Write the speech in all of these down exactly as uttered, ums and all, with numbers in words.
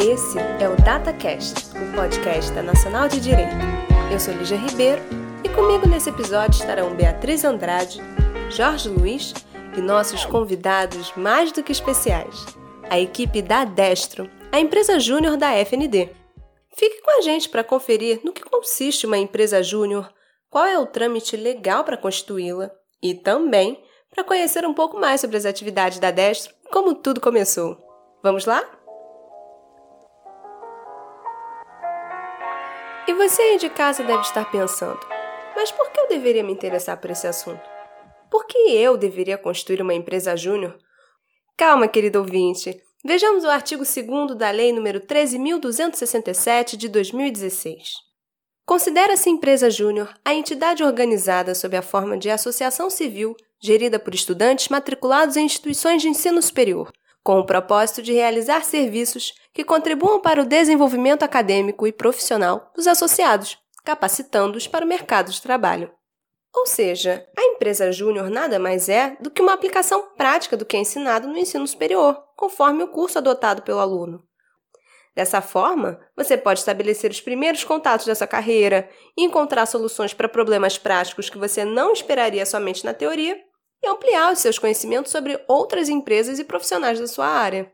Esse é o DataCast, o podcast da Nacional de Direito. Eu sou Lígia Ribeiro e comigo nesse episódio estarão Beatriz Andrade, Jorge Luiz e nossos convidados mais do que especiais, a equipe da Adestro, a empresa júnior da F N D. Fique com a gente para conferir no que consiste uma empresa júnior, qual é o trâmite legal para constituí-la e também para conhecer um pouco mais sobre as atividades da Adestro e como tudo começou. Vamos lá? E você aí de casa deve estar pensando, mas por que eu deveria me interessar por esse assunto? Por que eu deveria constituir uma empresa júnior? Calma, querido ouvinte. Vejamos o artigo segundo da Lei nº treze mil duzentos e sessenta e sete de dois mil e dezesseis. Considera-se empresa júnior a entidade organizada sob a forma de associação civil gerida por estudantes matriculados em instituições de ensino superior, com o propósito de realizar serviços que contribuam para o desenvolvimento acadêmico e profissional dos associados, capacitando-os para o mercado de trabalho. Ou seja, a empresa júnior nada mais é do que uma aplicação prática do que é ensinado no ensino superior, conforme o curso adotado pelo aluno. Dessa forma, você pode estabelecer os primeiros contatos dessa carreira e encontrar soluções para problemas práticos que você não esperaria somente na teoria e ampliar os seus conhecimentos sobre outras empresas e profissionais da sua área.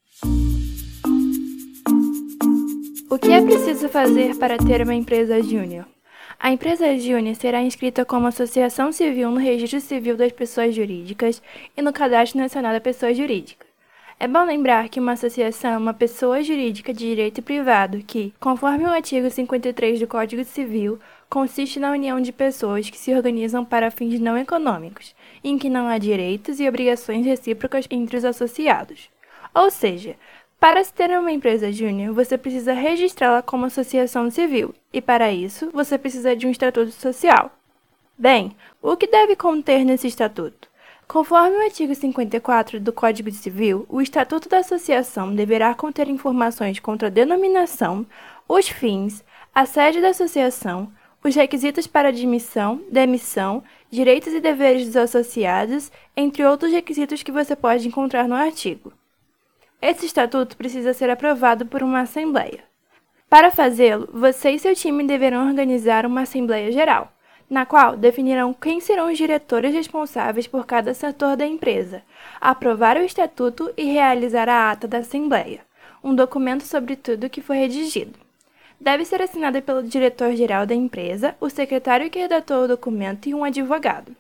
O que é preciso fazer para ter uma empresa júnior? A empresa júnior será inscrita como associação civil no Registro Civil das Pessoas Jurídicas e no Cadastro Nacional da Pessoa Jurídica. É bom lembrar que uma associação é uma pessoa jurídica de direito privado que, conforme o artigo cinquenta e três do Código Civil, consiste na união de pessoas que se organizam para fins não econômicos, em que não há direitos e obrigações recíprocas entre os associados. Ou seja, para se ter uma empresa júnior, você precisa registrá-la como associação civil, e para isso, você precisa de um estatuto social. Bem, o que deve conter nesse estatuto? Conforme o artigo cinquenta e quatro do Código Civil, o Estatuto da Associação deverá conter informações quanto à denominação, os fins, a sede da associação, os requisitos para admissão, demissão, direitos e deveres dos associados, entre outros requisitos que você pode encontrar no artigo. Esse estatuto precisa ser aprovado por uma assembleia. Para fazê-lo, você e seu time deverão organizar uma assembleia geral, na qual definirão quem serão os diretores responsáveis por cada setor da empresa, aprovar o estatuto e realizar a ata da assembleia, um documento sobre tudo que foi redigido. Deve ser assinada pelo diretor-geral da empresa, o secretário que redatou o documento e um advogado.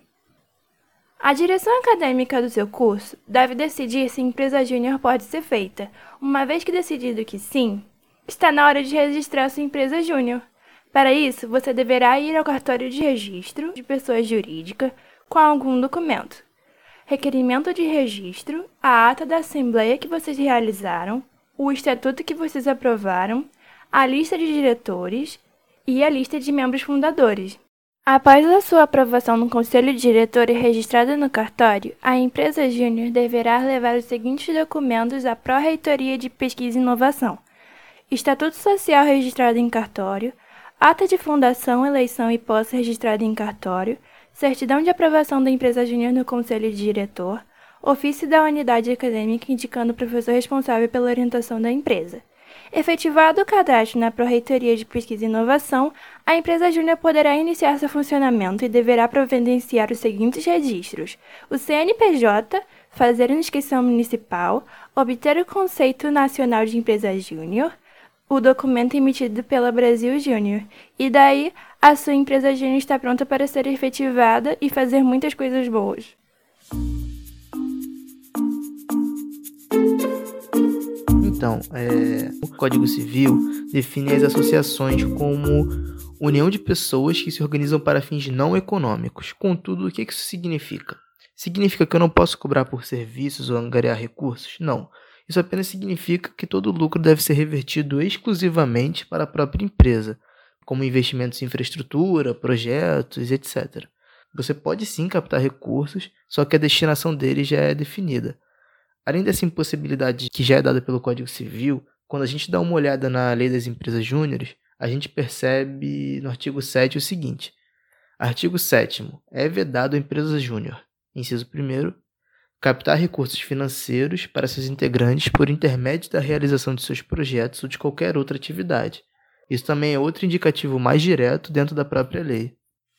A direção acadêmica do seu curso deve decidir se a empresa júnior pode ser feita. Uma vez que decidido que sim, está na hora de registrar sua empresa júnior. Para isso, você deverá ir ao cartório de registro de pessoa jurídica com algum documento. Requerimento de registro, a ata da assembleia que vocês realizaram, o estatuto que vocês aprovaram, a lista de diretores e a lista de membros fundadores. Após a sua aprovação no Conselho de Diretor e registrada no cartório, a empresa júnior deverá levar os seguintes documentos à Pró-Reitoria de Pesquisa e Inovação: Estatuto Social registrado em cartório, ata de fundação, eleição e posse registrada em cartório, certidão de aprovação da empresa júnior no Conselho de Diretor, ofício da unidade acadêmica indicando o professor responsável pela orientação da empresa. Efetivado o cadastro na Pró-Reitoria de Pesquisa e Inovação, a empresa júnior poderá iniciar seu funcionamento e deverá providenciar os seguintes registros: o C N P J, fazer inscrição municipal, obter o conceito nacional de empresa júnior, o documento emitido pela Brasil Júnior, e daí a sua empresa júnior está pronta para ser efetivada e fazer muitas coisas boas. Então, é, o Código Civil define as associações como união de pessoas que se organizam para fins não econômicos. Contudo, o que isso significa? Significa que eu não posso cobrar por serviços ou angariar recursos? Não. Isso apenas significa que todo lucro deve ser revertido exclusivamente para a própria empresa, como investimentos em infraestrutura, projetos, etcétera. Você pode sim captar recursos, só que a destinação deles já é definida. Além dessa impossibilidade que já é dada pelo Código Civil, quando a gente dá uma olhada na Lei das Empresas Júniores, a gente percebe no artigo sete o seguinte: artigo sétimo. É vedado a empresa júnior, inciso primeiro, captar recursos financeiros para seus integrantes por intermédio da realização de seus projetos ou de qualquer outra atividade. Isso também é outro indicativo mais direto dentro da própria lei.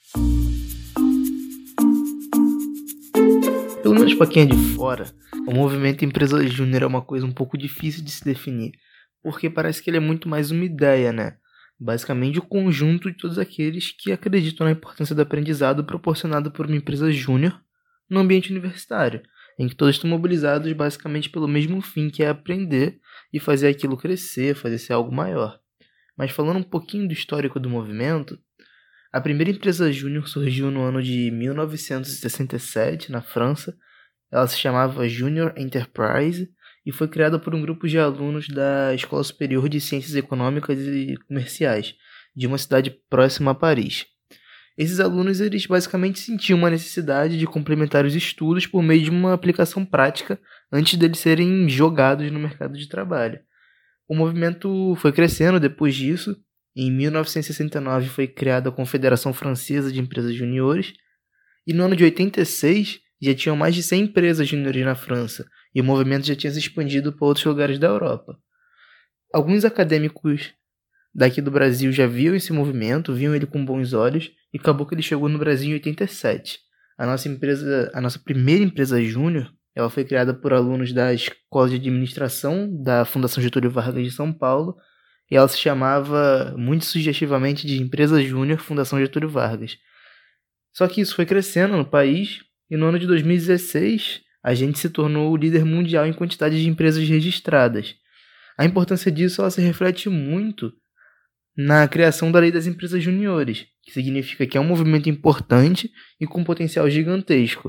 Pelo menos para quem é de fora, o movimento empresa júnior é uma coisa um pouco difícil de se definir, porque parece que ele é muito mais uma ideia, né? Basicamente o conjunto de todos aqueles que acreditam na importância do aprendizado proporcionado por uma empresa júnior no ambiente universitário, em que todos estão mobilizados basicamente pelo mesmo fim, que é aprender e fazer aquilo crescer, fazer ser algo maior. Mas falando um pouquinho do histórico do movimento, a primeira empresa júnior surgiu no ano de mil novecentos e sessenta e sete, na França. Ela se chamava Junior Enterprise e foi criada por um grupo de alunos da Escola Superior de Ciências Econômicas e Comerciais, de uma cidade próxima a Paris. Esses alunos eles basicamente sentiam uma necessidade de complementar os estudos por meio de uma aplicação prática antes deles serem jogados no mercado de trabalho. O movimento foi crescendo depois disso. Em mil novecentos e sessenta e nove foi criada a Confederação Francesa de Empresas Juniores, e no ano de oitenta e seis já tinham mais de cem empresas juniores na França, e o movimento já tinha se expandido para outros lugares da Europa. Alguns acadêmicos daqui do Brasil já viam esse movimento, viam ele com bons olhos, e acabou que ele chegou no Brasil em oitenta e sete. A nossa empresa, a nossa primeira empresa júnior, ela foi criada por alunos da Escola de Administração da Fundação Getúlio Vargas de São Paulo, e ela se chamava, muito sugestivamente, de Empresa Júnior Fundação Getúlio Vargas. Só que isso foi crescendo no país, e no ano de dois mil e dezesseis, a gente se tornou o líder mundial em quantidade de empresas registradas. A importância disso ela se reflete muito na criação da Lei das Empresas Juniores, que significa que é um movimento importante e com potencial gigantesco.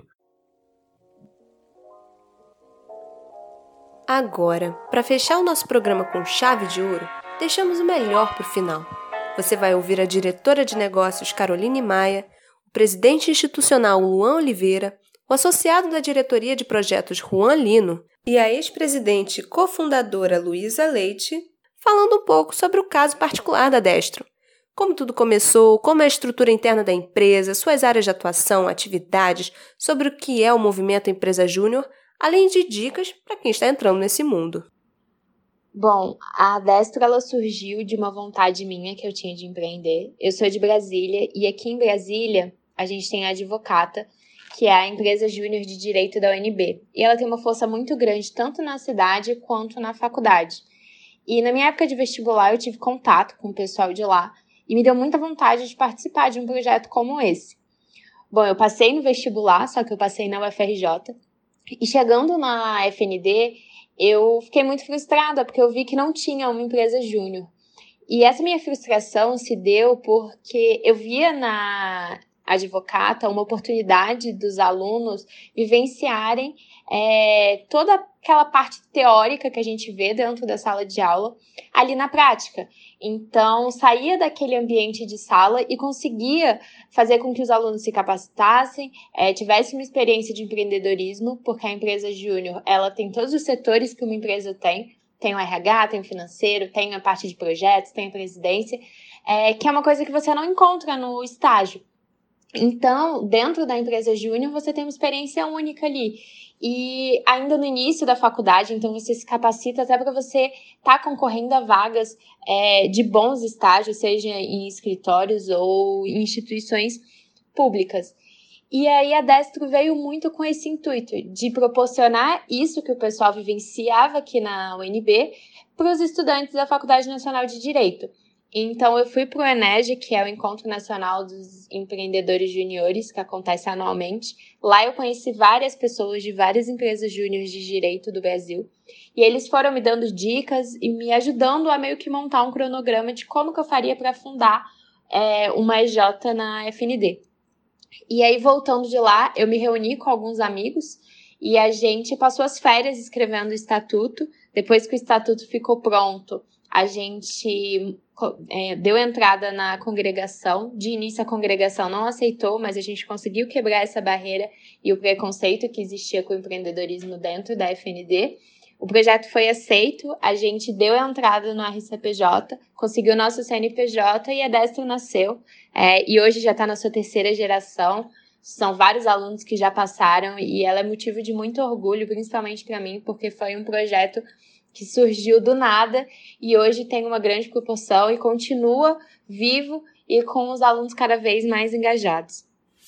Agora, para fechar o nosso programa com chave de ouro, deixamos o melhor para o final. Você vai ouvir a diretora de negócios Caroline Maia, o presidente institucional Luan Oliveira, o associado da diretoria de projetos Juan Lino e a ex-presidente e cofundadora Luísa Leite, falando um pouco sobre o caso particular da Destro. Como tudo começou, como é a estrutura interna da empresa, suas áreas de atuação, atividades, sobre o que é o movimento Empresa Júnior, além de dicas para quem está entrando nesse mundo. Bom, a Destro ela surgiu de uma vontade minha que eu tinha de empreender. Eu sou de Brasília e aqui em Brasília a gente tem a Advocata, que é a empresa júnior de direito da U N B. E ela tem uma força muito grande tanto na cidade quanto na faculdade. E na minha época de vestibular eu tive contato com o pessoal de lá e me deu muita vontade de participar de um projeto como esse. Bom, eu passei no vestibular, só que eu passei na U F R J. E chegando na F N D, eu fiquei muito frustrada, porque eu vi que não tinha uma empresa júnior. E essa minha frustração se deu porque eu via na Advocata uma oportunidade dos alunos vivenciarem é, toda aquela parte teórica que a gente vê dentro da sala de aula ali na prática. Então, saía daquele ambiente de sala e conseguia fazer com que os alunos se capacitassem, é, tivessem uma experiência de empreendedorismo, porque a empresa júnior, ela tem todos os setores que uma empresa tem, tem o R H, tem o financeiro, tem a parte de projetos, tem a presidência, é, que é uma coisa que você não encontra no estágio. Então, dentro da empresa júnior, você tem uma experiência única ali. E ainda no início da faculdade, então você se capacita até para você estar tá concorrendo a vagas é, de bons estágios, seja em escritórios ou em instituições públicas. E aí a Destro veio muito com esse intuito de proporcionar isso que o pessoal vivenciava aqui na U N B para os estudantes da Faculdade Nacional de Direito. Então, eu fui para o ENEG, que é o Encontro Nacional dos Empreendedores Juniores, que acontece anualmente. Lá eu conheci várias pessoas de várias empresas júniores de direito do Brasil. E eles foram me dando dicas e me ajudando a meio que montar um cronograma de como que eu faria para fundar é, uma E J na F N D. E aí, voltando de lá, eu me reuni com alguns amigos e a gente passou as férias escrevendo o estatuto. Depois que o estatuto ficou pronto, a gente é, deu entrada na congregação. De início, a congregação não aceitou, mas a gente conseguiu quebrar essa barreira e o preconceito que existia com o empreendedorismo dentro da F N D. O projeto foi aceito, a gente deu entrada no R C P J, conseguiu nosso C N P J e a Destro nasceu. É, e hoje já está na sua terceira geração. São vários alunos que já passaram e ela é motivo de muito orgulho, principalmente para mim, porque foi um projeto que surgiu do nada e hoje tem uma grande proporção e continua vivo e com os alunos cada vez mais engajados.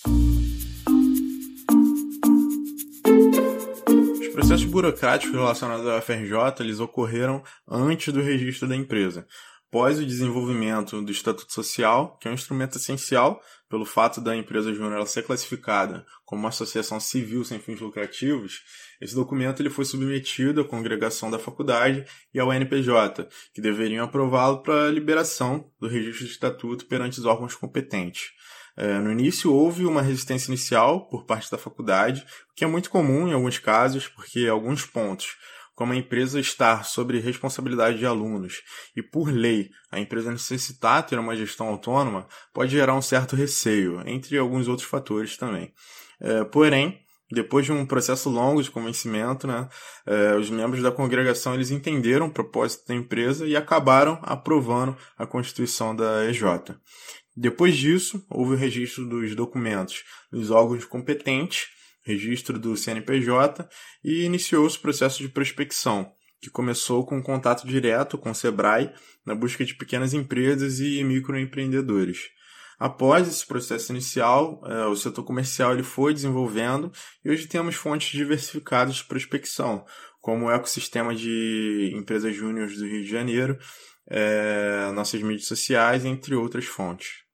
Os processos burocráticos relacionados ao F R J, eles ocorreram antes do registro da empresa. Após o desenvolvimento do Estatuto Social, que é um instrumento essencial pelo fato da empresa júnior ser classificada como uma associação civil sem fins lucrativos, esse documento ele foi submetido à congregação da faculdade e ao N P J, que deveriam aprová-lo para a liberação do registro de estatuto perante os órgãos competentes. É, no início houve uma resistência inicial por parte da faculdade, o que é muito comum em alguns casos, porque alguns pontos, como a empresa estar sob responsabilidade de alunos e, por lei, a empresa necessitar ter uma gestão autônoma, pode gerar um certo receio, entre alguns outros fatores também. É, porém, depois de um processo longo de convencimento, né, é, os membros da congregação eles entenderam o propósito da empresa e acabaram aprovando a constituição da E J. Depois disso, houve o registro dos documentos nos órgãos competentes, registro do C N P J e iniciou-se o processo de prospecção, que começou com um contato direto com o Sebrae na busca de pequenas empresas e microempreendedores. Após esse processo inicial, o setor comercial ele foi desenvolvendo e hoje temos fontes diversificadas de prospecção, como o ecossistema de empresas júniores do Rio de Janeiro, é, nossas mídias sociais, entre outras fontes.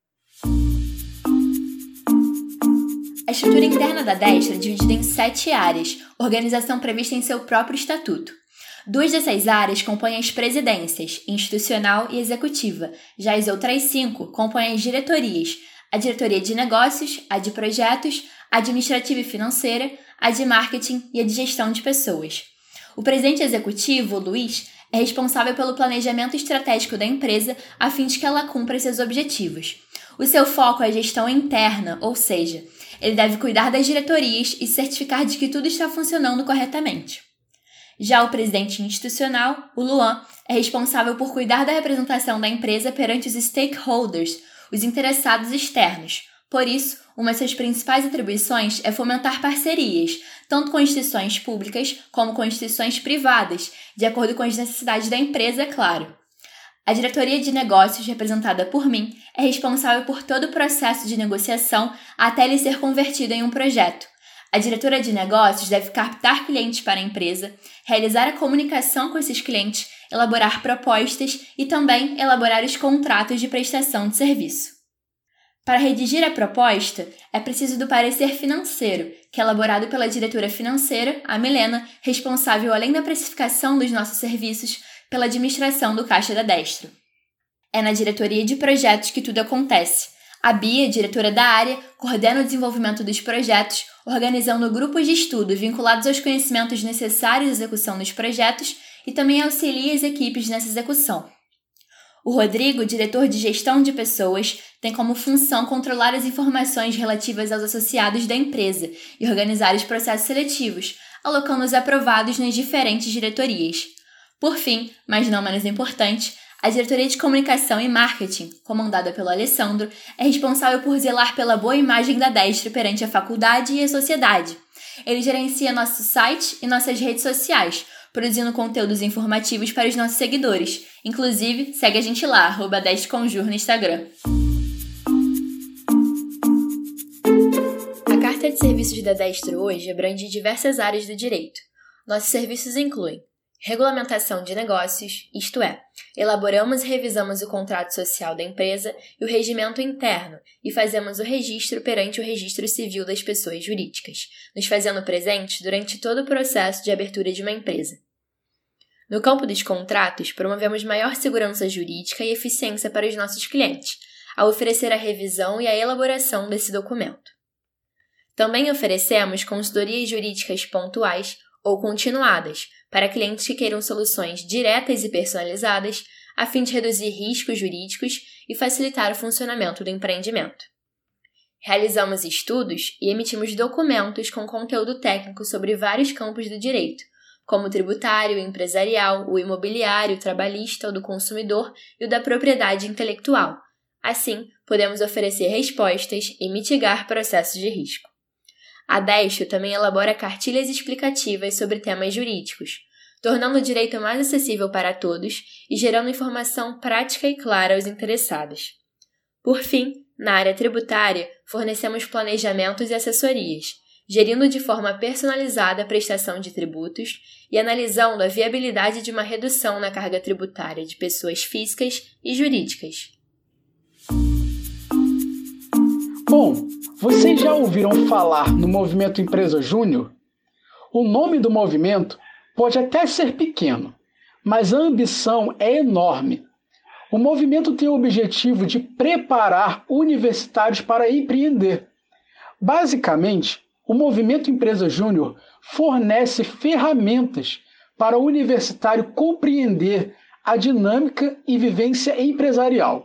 A estrutura interna da Destra é dividida em sete áreas, organização prevista em seu próprio estatuto. Duas dessas áreas compõem as presidências, institucional e executiva, já as outras cinco compõem as diretorias, a diretoria de negócios, a de projetos, a administrativa e financeira, a de marketing e a de gestão de pessoas. O presidente executivo, Luiz, é responsável pelo planejamento estratégico da empresa a fim de que ela cumpra seus objetivos. O seu foco é a gestão interna, ou seja, ele deve cuidar das diretorias e certificar de que tudo está funcionando corretamente. Já o presidente institucional, o Luan, é responsável por cuidar da representação da empresa perante os stakeholders, os interessados externos. Por isso, uma de suas principais atribuições é fomentar parcerias, tanto com instituições públicas como com instituições privadas, de acordo com as necessidades da empresa, é claro. A diretoria de negócios, representada por mim, é responsável por todo o processo de negociação até ele ser convertido em um projeto. A diretora de negócios deve captar clientes para a empresa, realizar a comunicação com esses clientes, elaborar propostas e também elaborar os contratos de prestação de serviço. Para redigir a proposta, é preciso do parecer financeiro, que é elaborado pela diretora financeira, a Milena, responsável além da precificação dos nossos serviços, pela administração do caixa da Destra. É na diretoria de projetos que tudo acontece. A Bia, diretora da área, coordena o desenvolvimento dos projetos, organizando grupos de estudo vinculados aos conhecimentos necessários à execução dos projetos e também auxilia as equipes nessa execução. O Rodrigo, diretor de gestão de pessoas, tem como função controlar as informações relativas aos associados da empresa e organizar os processos seletivos, alocando os aprovados nas diferentes diretorias. Por fim, mas não menos importante, a diretoria de comunicação e marketing, comandada pelo Alessandro, é responsável por zelar pela boa imagem da Destra perante a faculdade e a sociedade. Ele gerencia nosso site e nossas redes sociais, produzindo conteúdos informativos para os nossos seguidores. Inclusive, segue a gente lá, arroba destconjur no Instagram. A carta de serviços da Destra hoje abrange diversas áreas do direito. Nossos serviços incluem regulamentação de negócios, isto é, elaboramos e revisamos o contrato social da empresa e o regimento interno e fazemos o registro perante o registro civil das pessoas jurídicas, nos fazendo presentes durante todo o processo de abertura de uma empresa. No campo dos contratos, promovemos maior segurança jurídica e eficiência para os nossos clientes, ao oferecer a revisão e a elaboração desse documento. Também oferecemos consultorias jurídicas pontuais ou continuadas, para clientes que queiram soluções diretas e personalizadas, a fim de reduzir riscos jurídicos e facilitar o funcionamento do empreendimento. Realizamos estudos e emitimos documentos com conteúdo técnico sobre vários campos do direito, como o tributário, o empresarial, o imobiliário, o trabalhista, o do consumidor e o da propriedade intelectual. Assim, podemos oferecer respostas e mitigar processos de risco. A Destro também elabora cartilhas explicativas sobre temas jurídicos, tornando o direito mais acessível para todos e gerando informação prática e clara aos interessados. Por fim, na área tributária, fornecemos planejamentos e assessorias, gerindo de forma personalizada a prestação de tributos e analisando a viabilidade de uma redução na carga tributária de pessoas físicas e jurídicas. Bom, vocês já ouviram falar no Movimento Empresa Júnior? O nome do movimento pode até ser pequeno, mas a ambição é enorme. O movimento tem o objetivo de preparar universitários para empreender. Basicamente, o Movimento Empresa Júnior fornece ferramentas para o universitário compreender a dinâmica e vivência empresarial.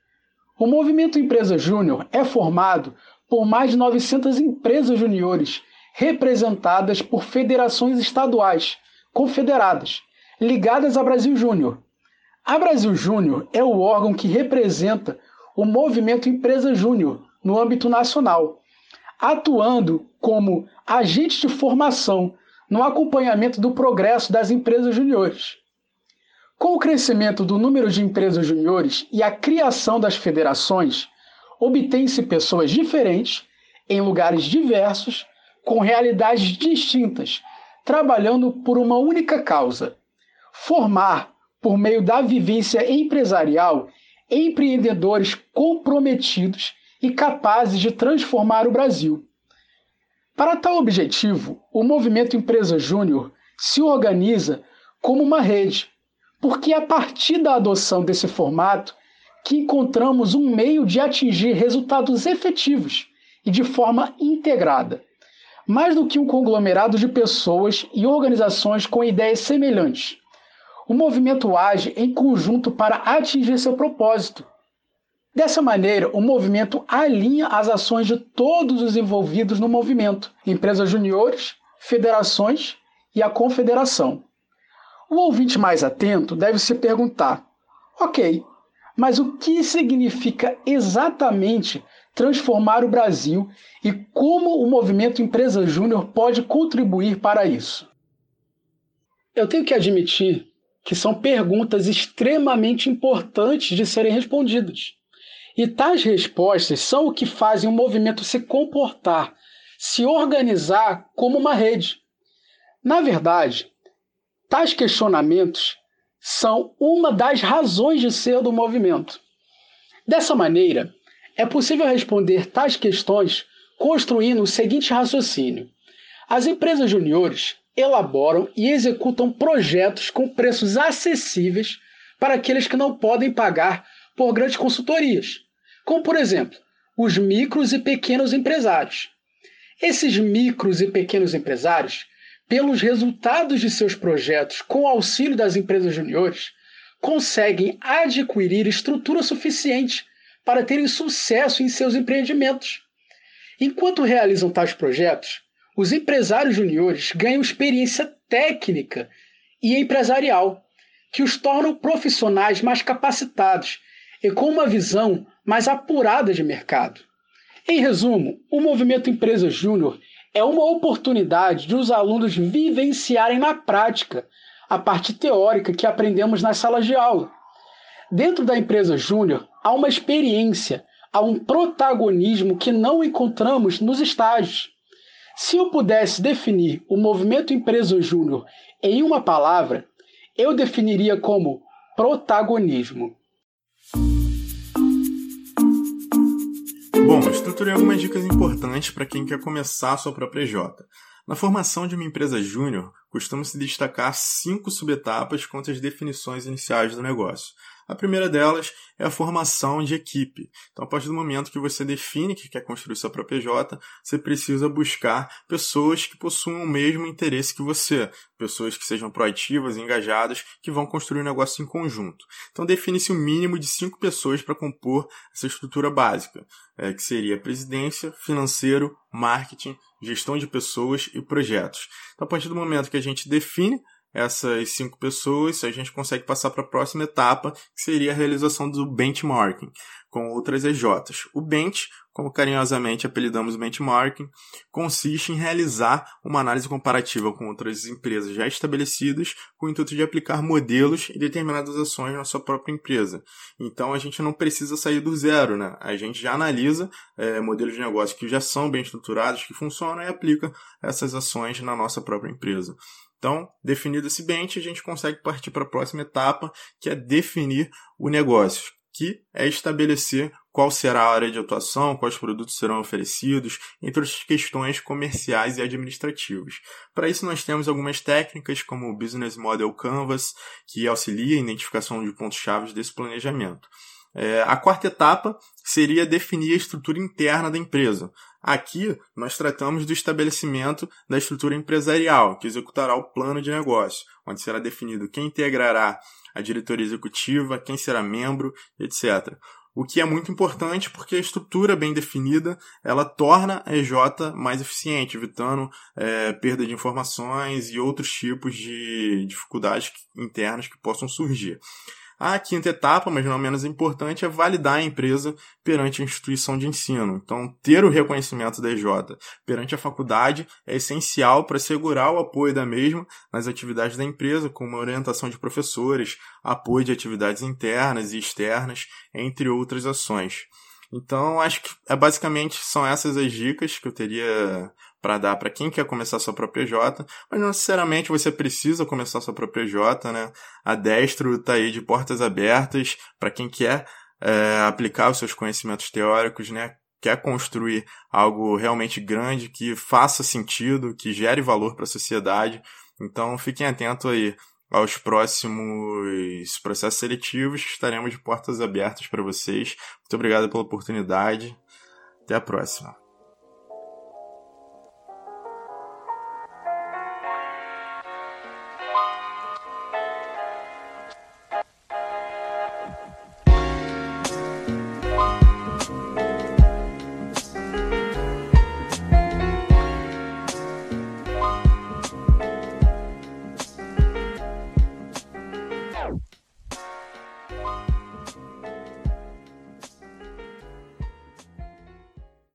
O Movimento Empresa Júnior é formado por mais de novecentas empresas juniores representadas por federações estaduais, confederadas, ligadas à Brasil Júnior. A Brasil Júnior é o órgão que representa o Movimento Empresa Júnior no âmbito nacional, atuando como agente de formação no acompanhamento do progresso das empresas juniores. Com o crescimento do número de empresas juniores e a criação das federações, obtém-se pessoas diferentes, em lugares diversos, com realidades distintas, trabalhando por uma única causa: formar, por meio da vivência empresarial, empreendedores comprometidos e capazes de transformar o Brasil. Para tal objetivo, o Movimento Empresa Júnior se organiza como uma rede, porque é a partir da adoção desse formato que encontramos um meio de atingir resultados efetivos e de forma integrada, mais do que um conglomerado de pessoas e organizações com ideias semelhantes. O movimento age em conjunto para atingir seu propósito. Dessa maneira, o movimento alinha as ações de todos os envolvidos no movimento, empresas juniores, federações e a confederação. O ouvinte mais atento deve se perguntar: ok, mas o que significa exatamente transformar o Brasil e como o movimento Empresa Júnior pode contribuir para isso? Eu tenho que admitir que são perguntas extremamente importantes de serem respondidas. E tais respostas são o que fazem o movimento se comportar, se organizar como uma rede. Na verdade, tais questionamentos são uma das razões de ser do movimento. Dessa maneira, é possível responder tais questões construindo o seguinte raciocínio: as empresas juniores elaboram e executam projetos com preços acessíveis para aqueles que não podem pagar por grandes consultorias, como, por exemplo, os micros e pequenos empresários. Esses micros e pequenos empresários, pelos resultados de seus projetos com o auxílio das empresas juniores, conseguem adquirir estrutura suficiente para terem sucesso em seus empreendimentos. Enquanto realizam tais projetos, os empresários juniores ganham experiência técnica e empresarial, que os tornam profissionais mais capacitados e com uma visão mais apurada de mercado. Em resumo, o Movimento Empresa Júnior é uma oportunidade de os alunos vivenciarem na prática a parte teórica que aprendemos nas salas de aula. Dentro da Empresa Júnior, há uma experiência, há um protagonismo que não encontramos nos estágios. Se eu pudesse definir o Movimento Empresa Júnior em uma palavra, eu definiria como protagonismo. Bom, eu estruturei algumas dicas importantes para quem quer começar a sua própria J. Na formação de uma empresa júnior, costuma-se destacar cinco subetapas quanto às definições iniciais do negócio. A primeira delas é a formação de equipe. Então, a partir do momento que você define que quer construir sua própria J, você precisa buscar pessoas que possuam o mesmo interesse que você, pessoas que sejam proativas e engajadas, que vão construir um negócio em conjunto. Então, define-se o mínimo de cinco pessoas para compor essa estrutura básica, é, que seria presidência, financeiro, marketing, gestão de pessoas e projetos. Então, a partir do momento que a gente define essas cinco pessoas, a gente consegue passar para a próxima etapa, que seria a realização do benchmarking, com outras E Js. O bench, como carinhosamente apelidamos benchmarking, consiste em realizar uma análise comparativa com outras empresas já estabelecidas, com o intuito de aplicar modelos e determinadas ações na sua própria empresa. Então, a gente não precisa sair do zero, né? A gente já analisa é, modelos de negócio que já são bem estruturados, que funcionam, e aplica essas ações na nossa própria empresa. Então, definido esse bench, a gente consegue partir para a próxima etapa, que é definir o negócio, que é estabelecer qual será a área de atuação, quais produtos serão oferecidos, entre outras questões comerciais e administrativas. Para isso, nós temos algumas técnicas, como o Business Model Canvas, que auxilia a identificação de pontos-chave desse planejamento. É, a quarta etapa seria definir a estrutura interna da empresa. Aqui, nós tratamos do estabelecimento da estrutura empresarial, que executará o plano de negócio, onde será definido quem integrará a diretoria executiva, quem será membro, etcétera. O que é muito importante porque a estrutura bem definida, ela torna a E J mais eficiente, evitando é, perda de informações e outros tipos de dificuldades internas que possam surgir. A quinta etapa, mas não menos importante, é validar a empresa perante a instituição de ensino. Então, ter o reconhecimento da E J perante a faculdade é essencial para assegurar o apoio da mesma nas atividades da empresa, como a orientação de professores, apoio de atividades internas e externas, entre outras ações. Então, acho que é, basicamente são essas as dicas que eu teria para dar para quem quer começar sua própria E J, mas não necessariamente você precisa começar sua própria E J, né? A Destro está aí de portas abertas para quem quer é, aplicar os seus conhecimentos teóricos, né? Quer construir algo realmente grande, que faça sentido, que gere valor para a sociedade. Então, fiquem atentos aí aos próximos processos seletivos, que estaremos de portas abertas para vocês. Muito obrigado pela oportunidade. Até a próxima.